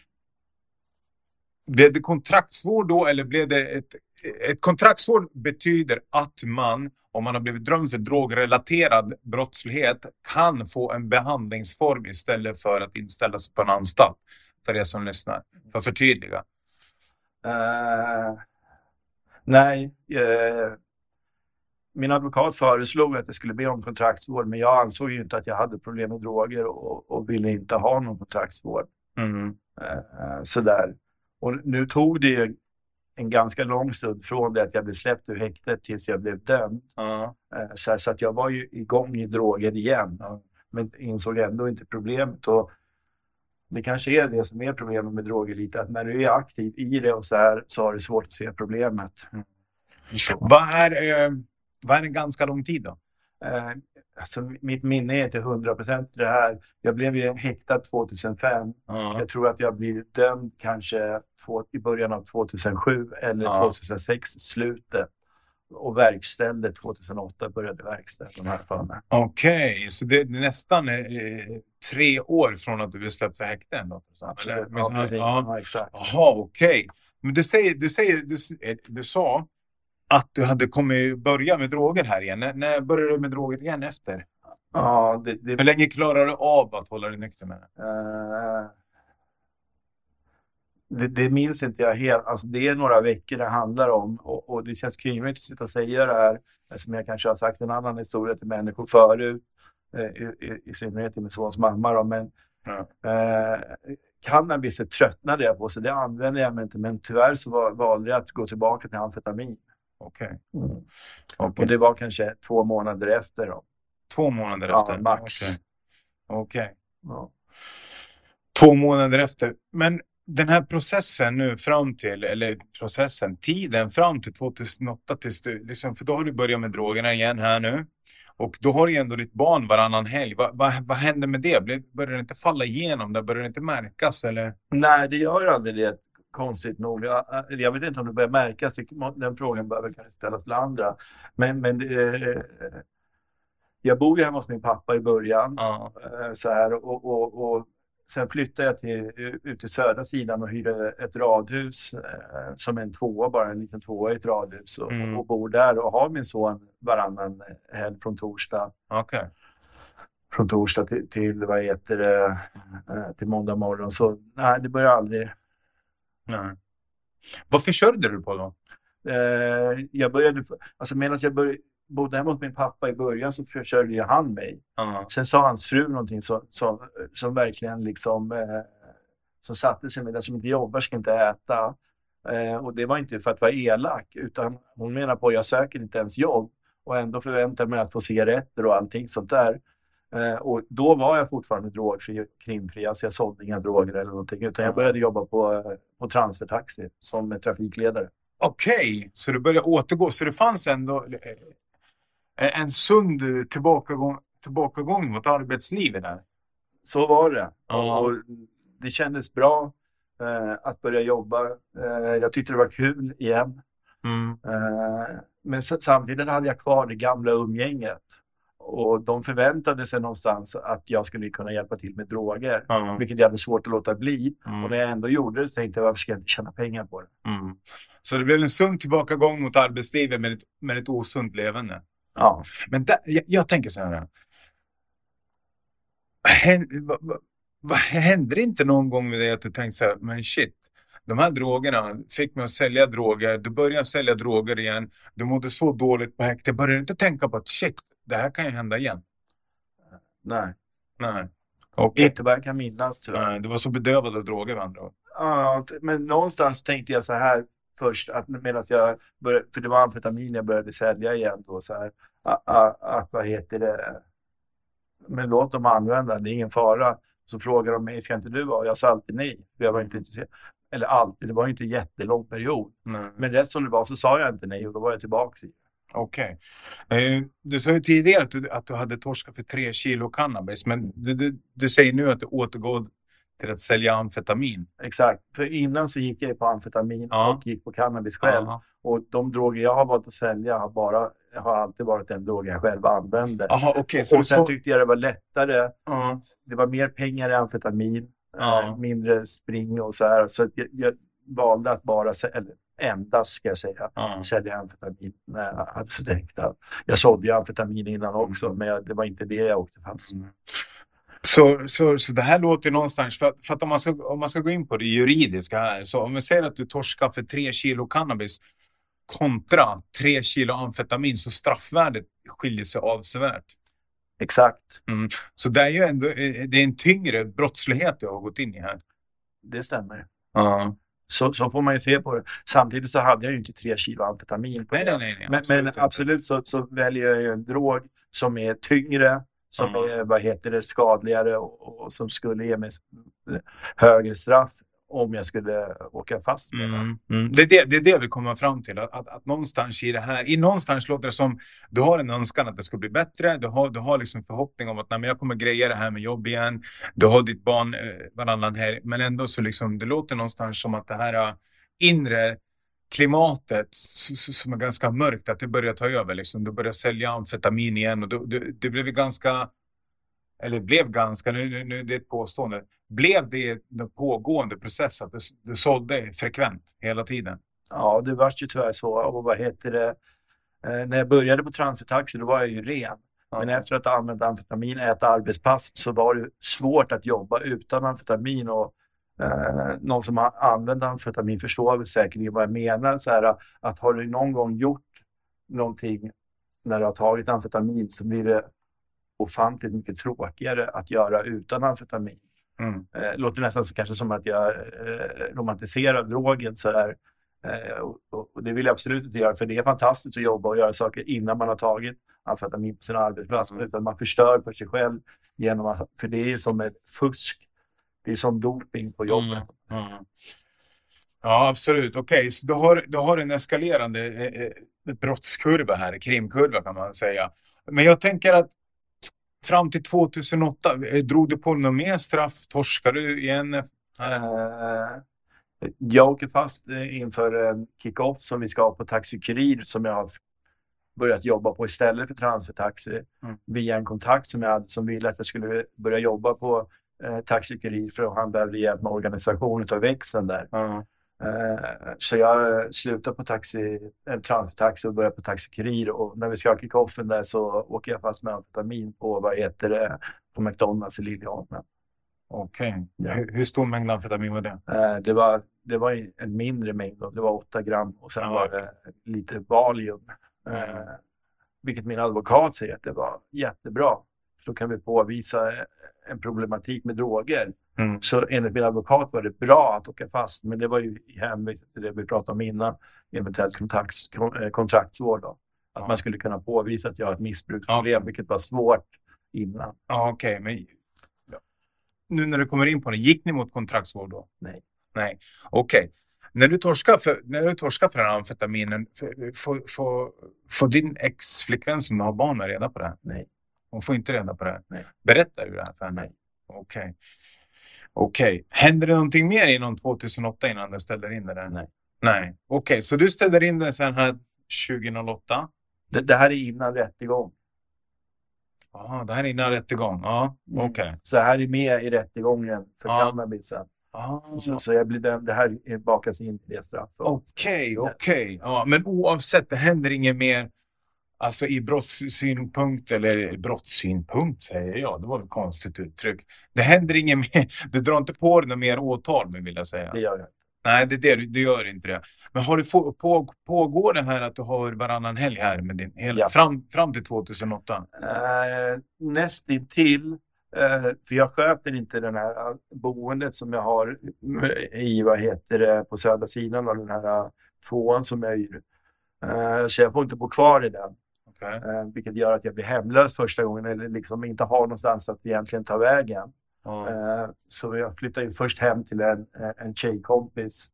Blev det kontraktsvård då eller blev det ett kontraktsvård betyder att man, om man har blivit dömd för drogrelaterad brottslighet, kan få en behandlingsform istället för att inställa sig på en anstalt. För er som lyssnar. För att förtydliga. Nej, min advokat föreslog att det skulle bli om kontraktsvård, men jag ansåg ju inte att jag hade problem med droger och ville inte ha någon kontraktsvård. Sådär. Och nu tog det ju en ganska lång stund från det att jag blev släppt ur häktet tills jag blev dömd. Så att jag var ju igång i droger igen, men insåg ändå inte problemet. Och det kanske är det som är problemet med droger lite, att när du är aktiv i det och så här så har du svårt att se problemet. Vad är en ganska lång tid då? Alltså mitt minne är till 100% det här. Jag blev ju häktad 2005. Jag tror att jag blev dömd kanske i början av 2007 eller 2006 slutet. Och verkställde 2008 började verkställa de här för mig. Okej, så det är nästan 3 år från att du blev släppt för häkten då? Absolut, ja, exakt. Jaha, okej. Men du sa att du hade börja med droger här igen. När började du med droger igen efter? Ja, Hur länge klarar du av att hålla dig nykter med det? Det minns inte jag helt. Alltså det är några veckor det handlar om. Och det känns kringligt att sitta och säga det här. Som jag kanske har sagt en annan historia till människor förut. I synnerhet till min sons mamma då. Men cannabis tröttnade jag på. Så det använde jag inte. Men tyvärr så valde jag att gå tillbaka till amfetamin. Okej. Och det var kanske 2 månader efter då. 2 månader efter? Ja, max. Okej. Ja. 2 månader efter. Men den här processen nu tiden fram till 2008 liksom, för då har du börjat med drogerna igen här nu. Och då har du ändå ditt barn varannan helg. Vad händer med det? Börjar det inte falla igenom? Det börjar det inte märkas eller? Nej, det gör aldrig det. Konstigt nog. Jag vet inte om det börjar märkas. Den frågan behöver kanske ställas till andra. Men jag bor ju hemma hos min pappa i början. Så här, och sen flyttade jag ut till södra sidan och hyrde ett radhus som en tvåa, bara en liten tvåa i ett radhus. Och bor där och har min son varannan helg från torsdag. Okej. Från torsdag till måndag morgon. Så nej, det börjar aldrig. Nej. Vad försörjde du på då? Jag började, alltså medan jag bodde hemma hos min pappa i början så försörjde han mig. Sen sa hans fru någonting som verkligen liksom som satte sig med den som inte jobbar ska inte äta. Och det var inte för att vara elak utan hon menar på att jag söker inte ens jobb och ändå förväntar mig att få cigaretter och allting sånt där. Och då var jag fortfarande drogfri, krimfri, alltså jag sålde inga droger eller någonting utan jag började jobba på transfertaxi som trafikledare. Okej, så du började återgå, så det fanns ändå en sund tillbakagång mot arbetslivet där? Så var det. Ja. Och det kändes bra att börja jobba. Jag tyckte det var kul igen. Men samtidigt hade jag kvar det gamla umgänget. Och de förväntade sig någonstans att jag skulle kunna hjälpa till med droger. Vilket jag hade svårt att låta bli. Och när jag ändå gjorde det så tänkte jag, varför ska jag inte tjäna pengar på det? Så det blev en sund tillbakagång mot arbetslivet med ett osunt levande. Ja. Men jag tänker så här. Hände det inte någon gång med dig att du tänkte så här, men shit, de här drogerna fick mig att sälja droger. Du började sälja droger igen. Du mådde så dåligt på häkte. Började inte tänka på att shit, det här kan ju hända igen? Nej. Okay. Inte vad jag kan minnas, tyvärr. Nej, du var så bedövad av droger med andra. Ja, men någonstans tänkte jag så här först, att medan jag började, för det var amfetamin jag började sälja igen då, så här, att vad heter det, men låt dem använda, det är ingen fara. Så frågar de mig, ska inte du vara? Jag sa alltid nej, för jag var inte intresserad. Eller alltid, det var ju inte en jättelång period. Men rätt som det var så sa jag inte nej och då var jag tillbaka i. Okej. Du sa ju tidigare att du hade torskat för 3 kilo cannabis. Men du säger nu att du återgår till att sälja amfetamin. Exakt. För innan så gick jag på amfetamin och gick på cannabis själv. Och de droger jag har valt att sälja har alltid varit den drogen jag själv använde. Okay. Och sen tyckte jag det var lättare. Det var mer pengar i amfetamin. Mindre spring och så här. Så jag valde att bara endast, ska jag säga, sälja amfetamin när jag hade så häktad. Jag sålde ju amfetamin innan också, men det var inte det jag åkte fast. Så det här låter någonstans, för att om man ska gå in på det juridiska här, så om vi säger att du torskar för 3 kilo cannabis kontra 3 kilo amfetamin, så straffvärdet skiljer sig avsevärt. Exakt. Så det är ju ändå, det är en tyngre brottslighet du har gått in i här. Det stämmer. Så får man ju se på det. Samtidigt så hade jag ju inte 3 kilo amfetamin på det. Nej, men absolut så väljer jag ju en drog som är tyngre, som är skadligare och som skulle ge mig högre straff om jag skulle åka fast med det. Det är det vi kommer fram till. Att någonstans i det här, någonstans låter det som du har en önskan att det ska bli bättre. Du har liksom förhoppning om att men jag kommer greja det här med jobb igen. Du har ditt barn varannan här. Men ändå så liksom, det låter någonstans som att det här inre klimatet som är ganska mörkt, att det börjar ta över. Liksom. Du börjar sälja amfetamin igen och det blev ganska... Eller blev ganska, nu det är ett påstående. Blev det en pågående process att du sålde frekvent hela tiden? Ja, det var ju tyvärr så. Och vad heter det? När jag började på transfertaxi då var jag ju ren. Men efter att ha använt amfetamin, äta arbetspass, så var det svårt att jobba utan amfetamin. Och någon som har använt amfetamin förstår väl säkert vad jag menar. Så här, att har du någon gång gjort någonting när du har tagit amfetamin, så blir det ofantligt mycket tråkigare att göra utan amfetamin. Låter nästan kanske som att jag romantiserar drogen så här. Och det vill jag absolut inte göra, för det är fantastiskt att jobba och göra saker innan man har tagit amfetamin på sin arbetsplats, utan man förstör för sig själv genom att, för det är som ett fusk, det är som doping på jobbet. Ja, absolut. Okej, så du har en eskalerande brottskurva här, krimkurva kan man säga. Men jag tänker att fram till 2008, drog du på något mer straff? Torskade du igen? Jag åker fast inför en kick-off som vi ska ha på Taxi Kurir, som jag har börjat jobba på istället för transfertaxi. Via en kontakt som jag hade, som ville att jag skulle börja jobba på Taxi Kurir, för att han behövde hjälp med organisationen av växeln där. Så jag slutade på transfertaxi och började på Taxi Kurir, och när vi ska ha kick-offen där så åker jag fast med amfetamin på på McDonalds i Liljeholmen. Okej. Ja. Hur stor mängd amfetamin var det? Det var en mindre mängd, det var 8 gram, och sen var det lite valium. Vilket min advokat säger att det var jättebra. Så kan vi påvisa en problematik med droger. Så enligt min advokat var det bra att åka fast, men det var ju hänvisat till det vi pratade om innan, eventuellt kontraktsvård då. Att man skulle kunna påvisa att jag har ett missbruksproblem, vilket var svårt innan. Okej, men nu när du kommer in på det, gick ni mot kontraktsvård då? Nej. Okej. När du torskar för den här amfetaminen, får din ex-flickvän som du har barn med reda på det här? Nej. Hon får inte reda på det här? Nej. Berättar du det här för henne? Nej. Okej. Okej. Hände det någonting mer inom 2008 innan du ställde in det där? Nej. Nej. Okej, så du ställde in det sen här 2008? Det här är innan rättegång. Ja, det här är innan rättegång. Ja, okej. Så här är med i rättegången för cannabisen. Så jag blir dömd. Det här bakas in i det straffet. Okej. Ja, men oavsett, det händer inget mer alltså i brottssynpunkt, eller brottssynpunkt säger jag. Det var ett konstigt uttryck. Det händer inget mer. Du drar inte på dig något mer åtal, men vill jag säga. Det gör jag. Nej, det gör inte det. Men har du pågår det här att du har varannan helg här med din fram till 2008? Nästintill. För jag sköter inte den här boendet som jag har i, på södra sidan av den här tvåan som jag hyr. Så jag får inte bo kvar i den. Okay. Vilket gör att jag blir hemlös första gången, eller liksom inte har någonstans att egentligen ta vägen. Så jag flyttar ju först hem till en tjejkompis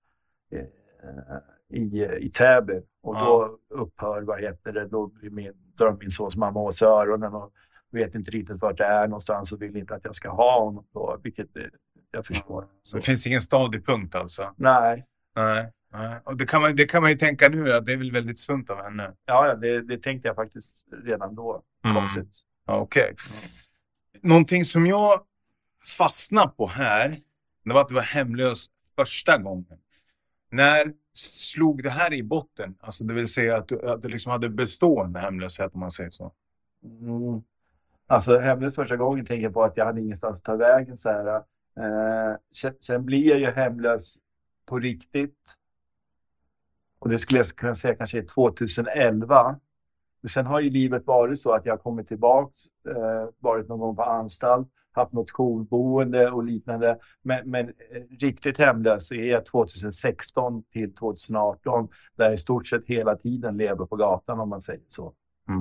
i Täby. Och då upphör, då drar min sons mamma åt öronen och vet inte riktigt vart det är någonstans och vill inte att jag ska ha honom då, vilket jag förstår. Så det finns ingen stadig punkt alltså? Nej. Och det kan man ju tänka nu att det är väl väldigt sunt av henne. Ja, det tänkte jag faktiskt redan då. Konstigt. Okej. Någonting som jag fastnar på här, det var att du var hemlös första gången. När slog det här i botten? Alltså det vill säga att du liksom hade bestående hemlöshet, om man säger så. Alltså hemlös första gången tänker jag på att jag hade ingenstans att ta vägen så här. Sen blir jag ju hemlös på riktigt. Och det skulle jag kunna säga kanske 2011. Men sen har ju livet varit så att jag har kommit tillbaka, varit någon gång på anstalt, haft något jourboende och liknande. Men riktigt hemlös är jag 2016 till 2018. Där jag i stort sett hela tiden lever på gatan, om man säger så.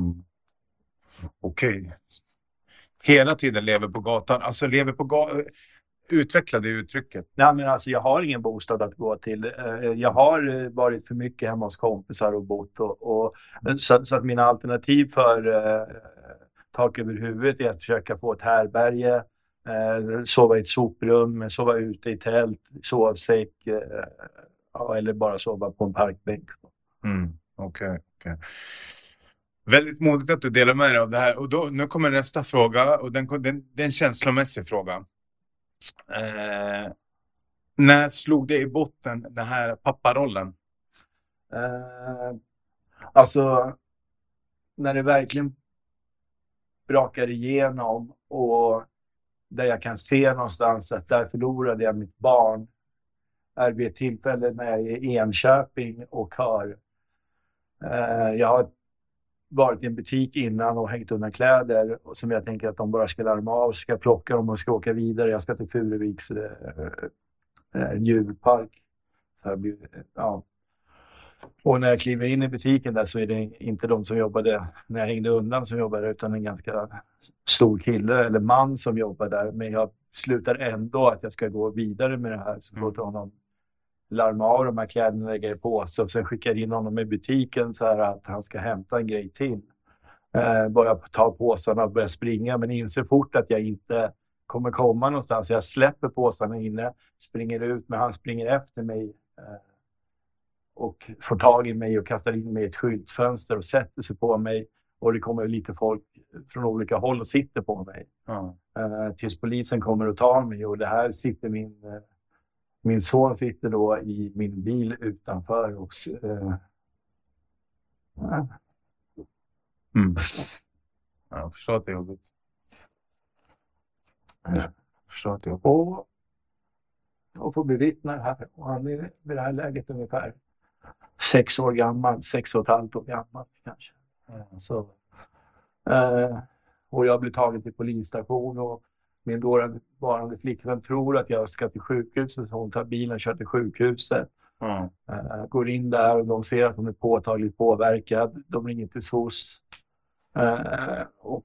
Okej. Hela tiden lever på gatan. Alltså lever på gatan. Utveckla det uttrycket. Nej, men alltså jag har ingen bostad att gå till. Jag har varit för mycket hemma hos kompisar och bott. Så att mina alternativ för tak över huvudet är att försöka få ett härberge, sova i ett soprum, sova ute i tält, sovsäck eller bara sova på en parkbänk. Okej. Väldigt modigt att du delar med dig av det här. Och nu kommer nästa fråga, och det är en känslomässig fråga. När slog det i botten, den här papparollen? Alltså när det verkligen brakar igenom och där jag kan se någonstans att där förlorade jag mitt barn är vid ett tillfälle när jag är i Enköping och hör. Jag har varit i en butik innan och hängt undan kläder och som jag tänker att de bara ska larma av, ska plocka dem och ska åka vidare. Jag ska till Furuviks djurpark. Och när jag kliver in i butiken där så är det inte de som jobbade när jag hängde undan som jobbade, utan en ganska stor kille eller man som jobbar där. Men jag slutar ändå att jag ska gå vidare med det här, så låter honom larma av de här kläderna, lägga i påse och sen skickar in honom i butiken så här att han ska hämta en grej till. Börjar ta påsarna och börja springa, men inser fort att jag inte kommer komma någonstans. Jag släpper påsarna inne, springer ut, men han springer efter mig och får tag i mig och kastar in mig i ett skyltfönster och sätter sig på mig. Och det kommer lite folk från olika håll och sitter på mig. Tills polisen kommer och tar mig, och det här sitter min son sitter då i min bil utanför och Jag förstår att det är jobbigt. Och får bevittna det här. Och han är vid det här läget ungefär 6 år gammal, 6,5 år gammal kanske. Så, och jag blir tagen till polisstation och min dåvarande flickvän tror att jag ska till sjukhuset, så hon tar bilen och kör till sjukhuset. Går in där och de ser att hon är påtagligt påverkad. De ringer till SOS. Och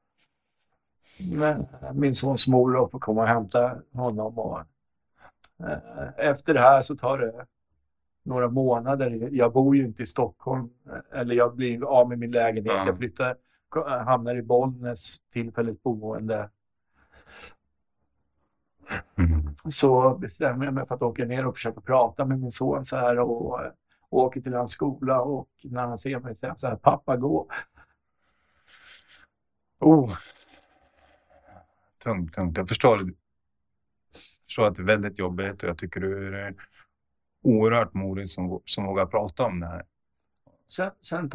min sons mor får komma och hämta honom. Och, efter det här så tar det några månader. Jag bor ju inte i Stockholm. Eller jag blir av med min lägenhet. Jag hamnar i Bollnäs, tillfälligt boende. Så bestämmer jag mig för att åka ner och försöka prata med min son så här och åker till hans skola och när han ser mig säger han så här: pappa gå. Oh, tungt. Jag förstår att det är väldigt jobbigt och jag tycker du är oerhört modig som vågar prata om det här. Sen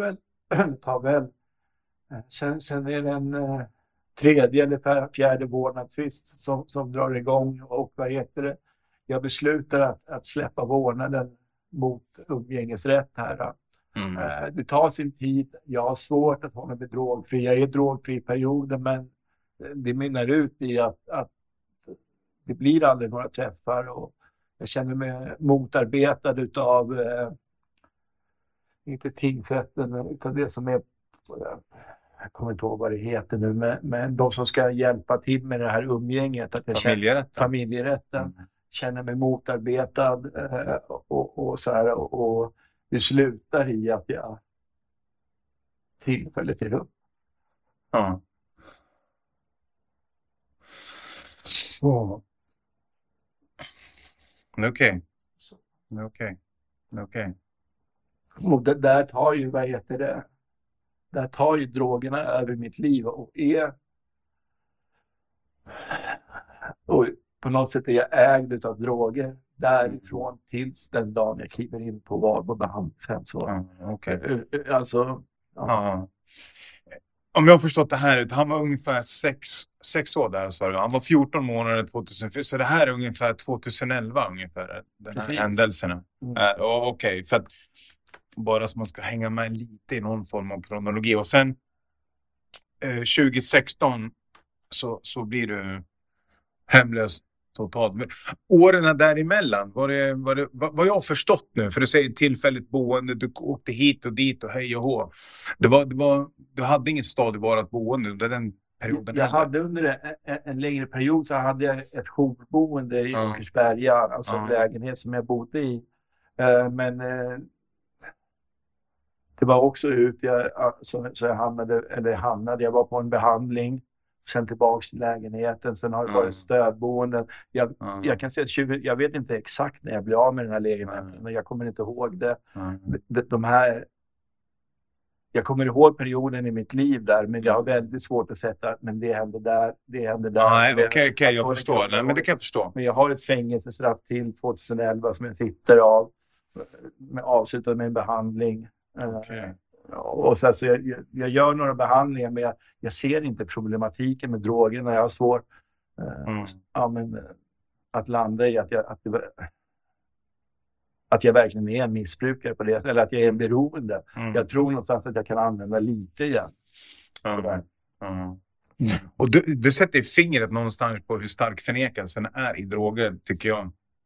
sen är det en tredje eller fjärde vårdnadstvist som drar igång och vad heter det? Jag beslutar att släppa vårdnaden mot umgängesrätt här. Det tar sin tid. Jag har svårt att hålla mig drogfri. Jag är drogfri i perioden, men det mynnar ut i att det blir aldrig några träffar och jag känner mig motarbetad utav inte tingsrätten utan det som är, jag kommer inte ihåg vad det heter nu, men de som ska hjälpa till med det här umgänget. Att jag familjerätten. Känner mig motarbetad och så här, och det slutar i att jag tillfälligt är upp. Ja. Okej. Och det där tar ju, där tar ju drogerna över mitt liv och på något sätt är jag ägd av droger därifrån tills den dagen jag kliver in på Valbo behandlingshem. Så alltså om jag har förstått det här, han var ungefär 6 år där, sa du. Han var 14 månader 2004, så det här är ungefär 2011 ungefär, den här händelserna. Okej, för att bara så man ska hänga med lite i någon form av kronologi. Och sen 2016 så blir du hemlös totalt. Åren däremellan, vad jag har förstått nu, för du säger tillfälligt boende, du åkte hit och dit och hej och hå. Du hade inget stadigvarande boende under den perioden. Jag hade under en längre period så hade jag ett jourboende i Åkersberga, alltså en lägenhet som jag bodde i. Men det var också så jag hamnade, jag var på en behandling, sen tillbaks till lägenheten, sen har det varit stödboenden. Jag kan säga att jag vet inte exakt när jag blev av med den här lägenheten, men jag kommer inte ihåg det. Jag kommer ihåg perioden i mitt liv där, men jag har väldigt svårt att sätta, men det hände där. Nej, okej, jag förstår. Nej, men det kan jag förstå. Men jag har ett fängelsestraff till 2011 som jag sitter av, avslutad med en behandling. Och så jag gör några behandlingar, men jag ser inte problematiken med drogerna. Jag har svårt att landa i att jag verkligen är en missbrukare på det, eller att jag är en beroende. Jag tror någonstans att jag kan använda lite igen. Och du sätter fingret någonstans på hur stark förnekelsen är i droger, tycker jag.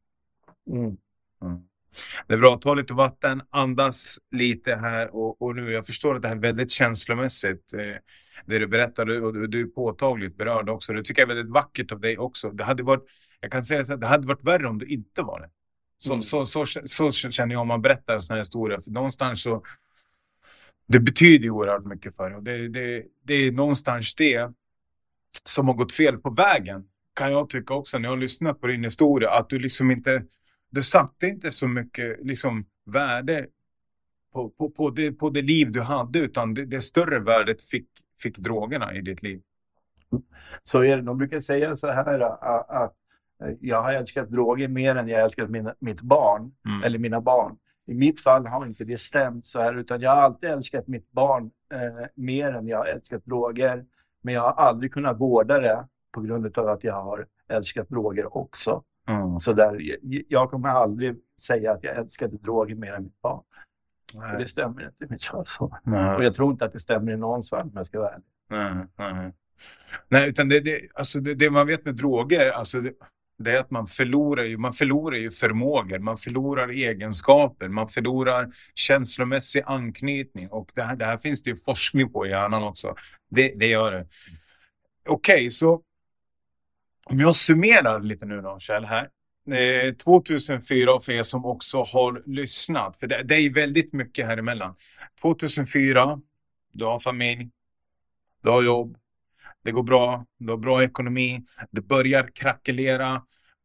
Det är bra att ta lite vatten, andas lite här och nu, jag förstår att det här är väldigt känslomässigt, det du berättade, och du är påtagligt berörd också. Det tycker jag är väldigt vackert av dig också. Jag kan säga att det hade varit värre om du inte var det. Så känner jag om man berättar såna här historier. För någonstans så, det betyder ju oerhört mycket för dig. Och det är någonstans det som har gått fel på vägen, kan jag tycka också, när jag har lyssnat på din historia. Att du liksom inte, du satte inte så mycket liksom värde på det liv du hade, utan det större värdet fick drogerna i ditt liv. Så är det. De brukar säga så här att jag har älskat droger mer än jag älskat mitt barn, eller mina barn. I mitt fall har inte det stämt så här, utan jag har alltid älskat mitt barn mer än jag har älskat droger. Men jag har aldrig kunnat vårda det på grund av att jag har älskat droger också. Så där, jag kommer aldrig säga att jag älskade droger mer än mitt barn. För det stämmer inte i mitt fall så. Och jag tror inte att det stämmer i någons fall, om jag ska vara ärlig. Nej, utan det man vet med droger, alltså det är att man förlorar ju förmågor, man förlorar egenskaper, man förlorar känslomässig anknytning, och det här finns det ju forskning på i hjärnan också. Det gör det. Okej, så om jag summerar lite nu då, Kjell, här. 2004, för er som också har lyssnat, för det är väldigt mycket här emellan. 2004, du har familj, du har jobb, Det går bra. Du har bra ekonomi. Det börjar krackelera.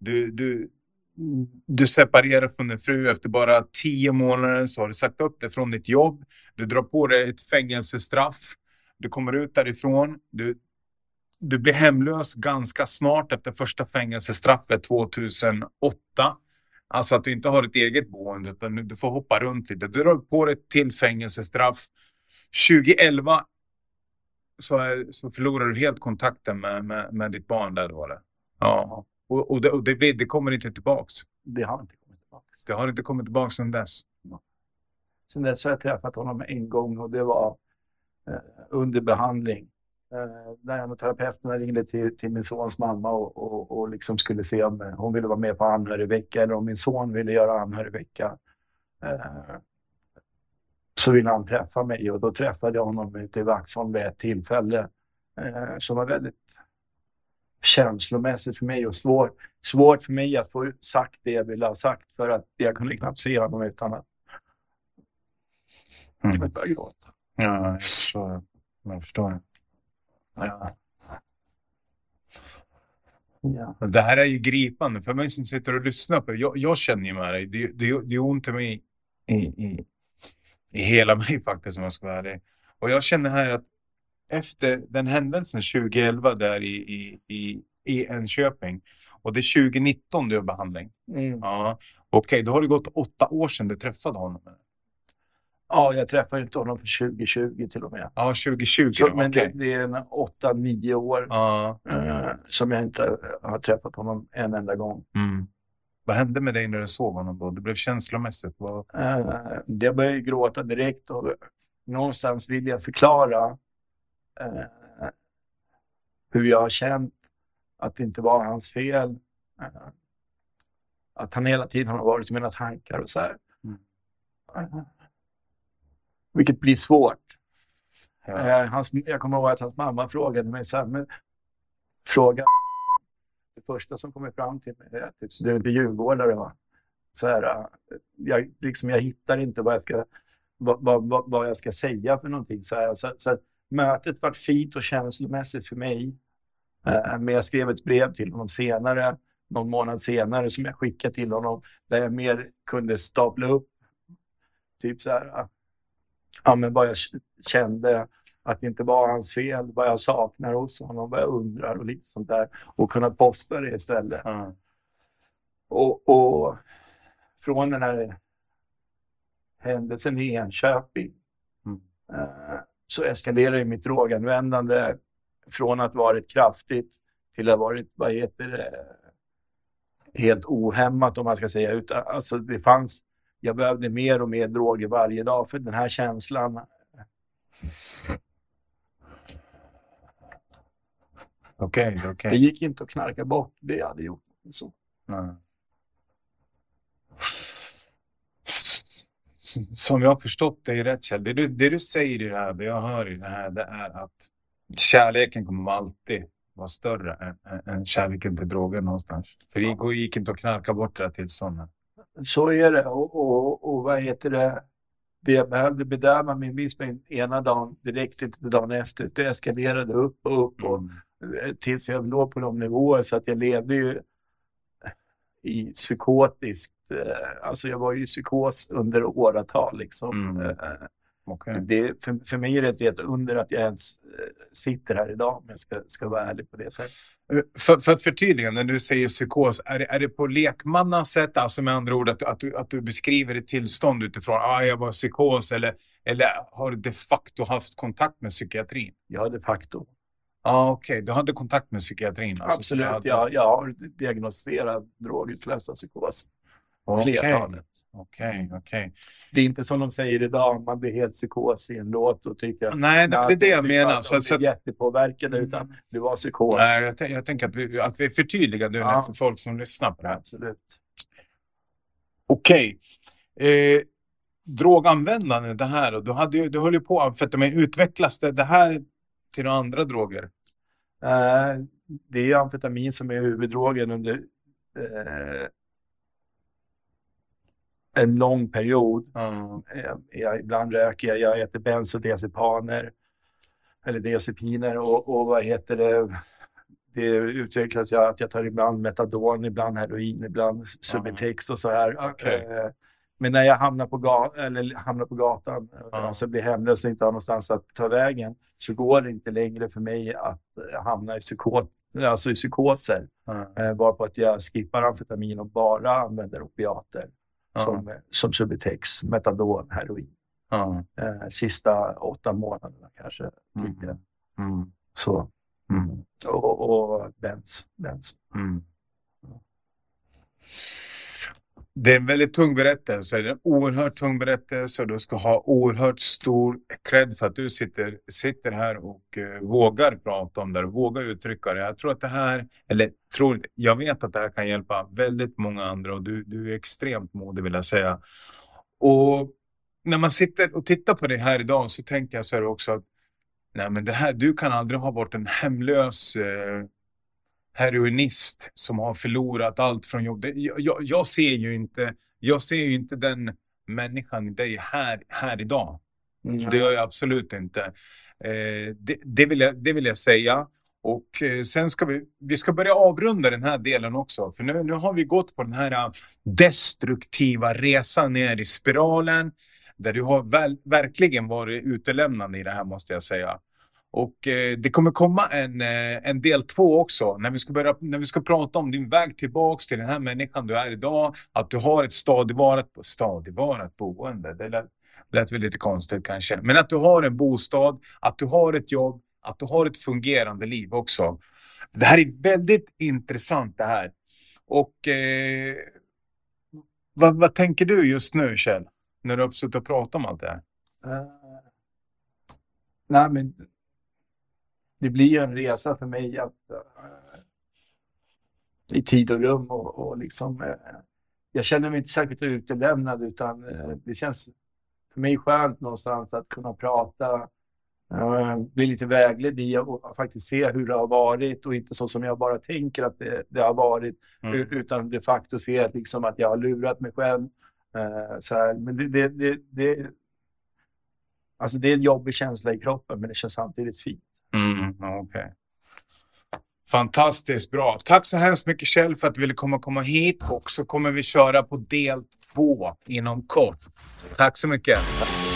Du separerar från din fru efter bara 10 månader, så har du sagt upp dig från ditt jobb. Du drar på dig ett fängelsestraff. Du kommer ut därifrån. Du blir hemlös ganska snart efter första fängelsestraffet 2008. Alltså att du inte har ett eget boende utan du får hoppa runt lite. Du drar på dig till fängelsestraff. 2011 så förlorar du helt kontakten med ditt barn där då. Ja. Och det kommer inte tillbaks. Det har inte kommit tillbaks. Det har inte kommit tillbaks sedan dess. Sen dess har jag träffat honom en gång och det var under behandling. Där en av terapeuterna ringde till min sons mamma och liksom skulle se om hon ville vara med på anhörigvecka eller om min son ville göra anhörigvecka. Så ville han träffa mig och då träffade jag honom ute i Vaxholm vid ett tillfälle som var väldigt känslomässigt för mig och svårt för mig att få sagt det jag ville ha sagt för att jag kunde knappt se honom utan att jag började gråta. Ja, jag förstår. Ja. Ja. Det här är ju gripande för mig som sitter och lyssnar på det. Jag känner ju med dig. Det är ont i mig i hela mig faktiskt, om jag ska vara ärlig. Och jag känner här att efter den händelsen 2011 där i Enköping och det är 2019 du har behandling. Ja. Okej, då har det gått 8 år sedan du träffade honom. Ja, jag träffade inte honom för 2020 till och med. Ja, 2020. Så, men det är 8-9 år som jag inte har träffat honom en enda gång. Vad hände med dig när du såg honom då? Det blev känslomässigt. Jag började gråta direkt och någonstans vill jag förklara hur jag har känt att det inte var hans fel. Att han hela tiden har varit i mina tankar och så här. Vilket blir svårt. Ja. Jag kommer ihåg att hans mamma frågade mig så här, men fråga det första som kommer fram till mig är typ, så du är inte djurgårdare va? Så här, jag hittar inte vad jag ska säga för någonting så här. Så mötet var fint och känslomässigt för mig. Men jag skrev ett brev till honom senare, någon månad senare som jag skickade till honom där jag mer kunde stapla upp typ så här. Ja, men vad jag kände att det inte var hans fel, vad jag saknar hos honom, vad jag undrar och lite sånt där. Och kunna posta det istället. Och från den här händelsen i Enköping så eskalerar mitt droganvändande från att varit kraftigt till att varit, helt ohämmat om man ska säga. Alltså jag behövde mer och mer droger varje dag för den här känslan. Okej. Det gick inte att knarka bort det jag hade gjort. Så. Som jag har förstått det i rätt käll. Det du säger i det här, det jag hör i det här, det är att kärleken kommer alltid vara större än kärleken till droger någonstans. För det gick inte att knarka bort det här tillståndet. Så är det. Och det jag behövde bedöma min missbruk ena dagen direkt inte dagen efter. Det eskalerade upp och tills jag låg på de nivåer så att jag levde ju i psykotiskt. Alltså jag var ju i psykos under åratal liksom. Det, för mig är det ett under att jag ens sitter här idag om jag ska vara ärlig på det sättet. För att förtydliga, när du säger psykos, är det på lekmannasätt, alltså med andra ord att du beskriver ett tillstånd utifrån jag var psykos eller har du de facto haft kontakt med psykiatrin? Ja, de facto. Okej. Du hade kontakt med psykiatrin? Alltså, absolut, jag har diagnostiserat drogutlösad psykos. Flertalet. Okej. Det är inte som de säger idag, man blir helt psykos i en låt och tycker att nej, det är det jag menar. Så är jättepåverkade utan det var psykos. Nej, jag tänker att vi är förtydligade nu för folk som lyssnar på det här. Absolut. Okej. Droganvändande, det här och du höll ju på amfetamin. Utvecklas det här till några andra droger? Det är amfetamin som är huvuddrogen under en lång period. Ibland röker jag äter bensodiazepaner. eller diazepiner och vad heter det? Det utvecklas att jag tar ibland metadon, ibland heroin, ibland Subutex och så här. Okay. Men när jag hamnar på gatan, alltså blir hemlös och inte har någonstans att ta vägen, så går det inte längre för mig att hamna i psykoser. Bara på att jag skippar amfetamin och bara använder opiater som Subutex, metadon, heroin. Sista 8 månaderna kanske. Så. Och Benz. Det är en väldigt tung berättelse. Det är en oerhört tung berättelse och du ska ha oerhört stor cred för att du sitter här och vågar prata om det och vågar uttrycka det. Jag tror att det här, jag vet att det här kan hjälpa väldigt många andra och du är extremt modig, vill jag säga. Och när man sitter och tittar på det här idag så tänker jag så här också att nej, men det här, du kan aldrig ha varit en hemlös heroinist som har förlorat allt från jobb. Jag ser ju inte den människan i dig här idag. Det gör jag absolut inte. Det vill jag säga. Och sen ska vi ska börja avrunda den här delen också. För nu har vi gått på den här destruktiva resan ner i spiralen. Där du har verkligen varit utelämnande i det här, måste jag säga. Och det kommer komma en del 2 också. När vi ska prata om din väg tillbaks till den här människan du är idag. Att du har ett stadigvarat boende. Det lät väl lite konstigt kanske. Men att du har en bostad, att du har ett jobb, att du har ett fungerande liv också. Det här är väldigt intressant det här. Och vad tänker du just nu, Kjell? När du har suttit och pratat om allt det här? Nej, men det blir ju en resa för mig att i tid och rum och liksom jag känner mig inte särskilt utelämnad, utan det känns för mig skönt någonstans att kunna prata, bli lite vägledd i och faktiskt se hur det har varit och inte så som jag bara tänker att det har varit, utan de facto se att, liksom, att jag har lurat mig själv. Så här. Men alltså det är en jobbig känsla i kroppen, men det känns samtidigt fint. Okay. Fantastiskt bra. Tack så hemskt mycket, Kjell, för att du ville komma hit. Och så kommer vi köra på del 2 inom kort. Tack så mycket.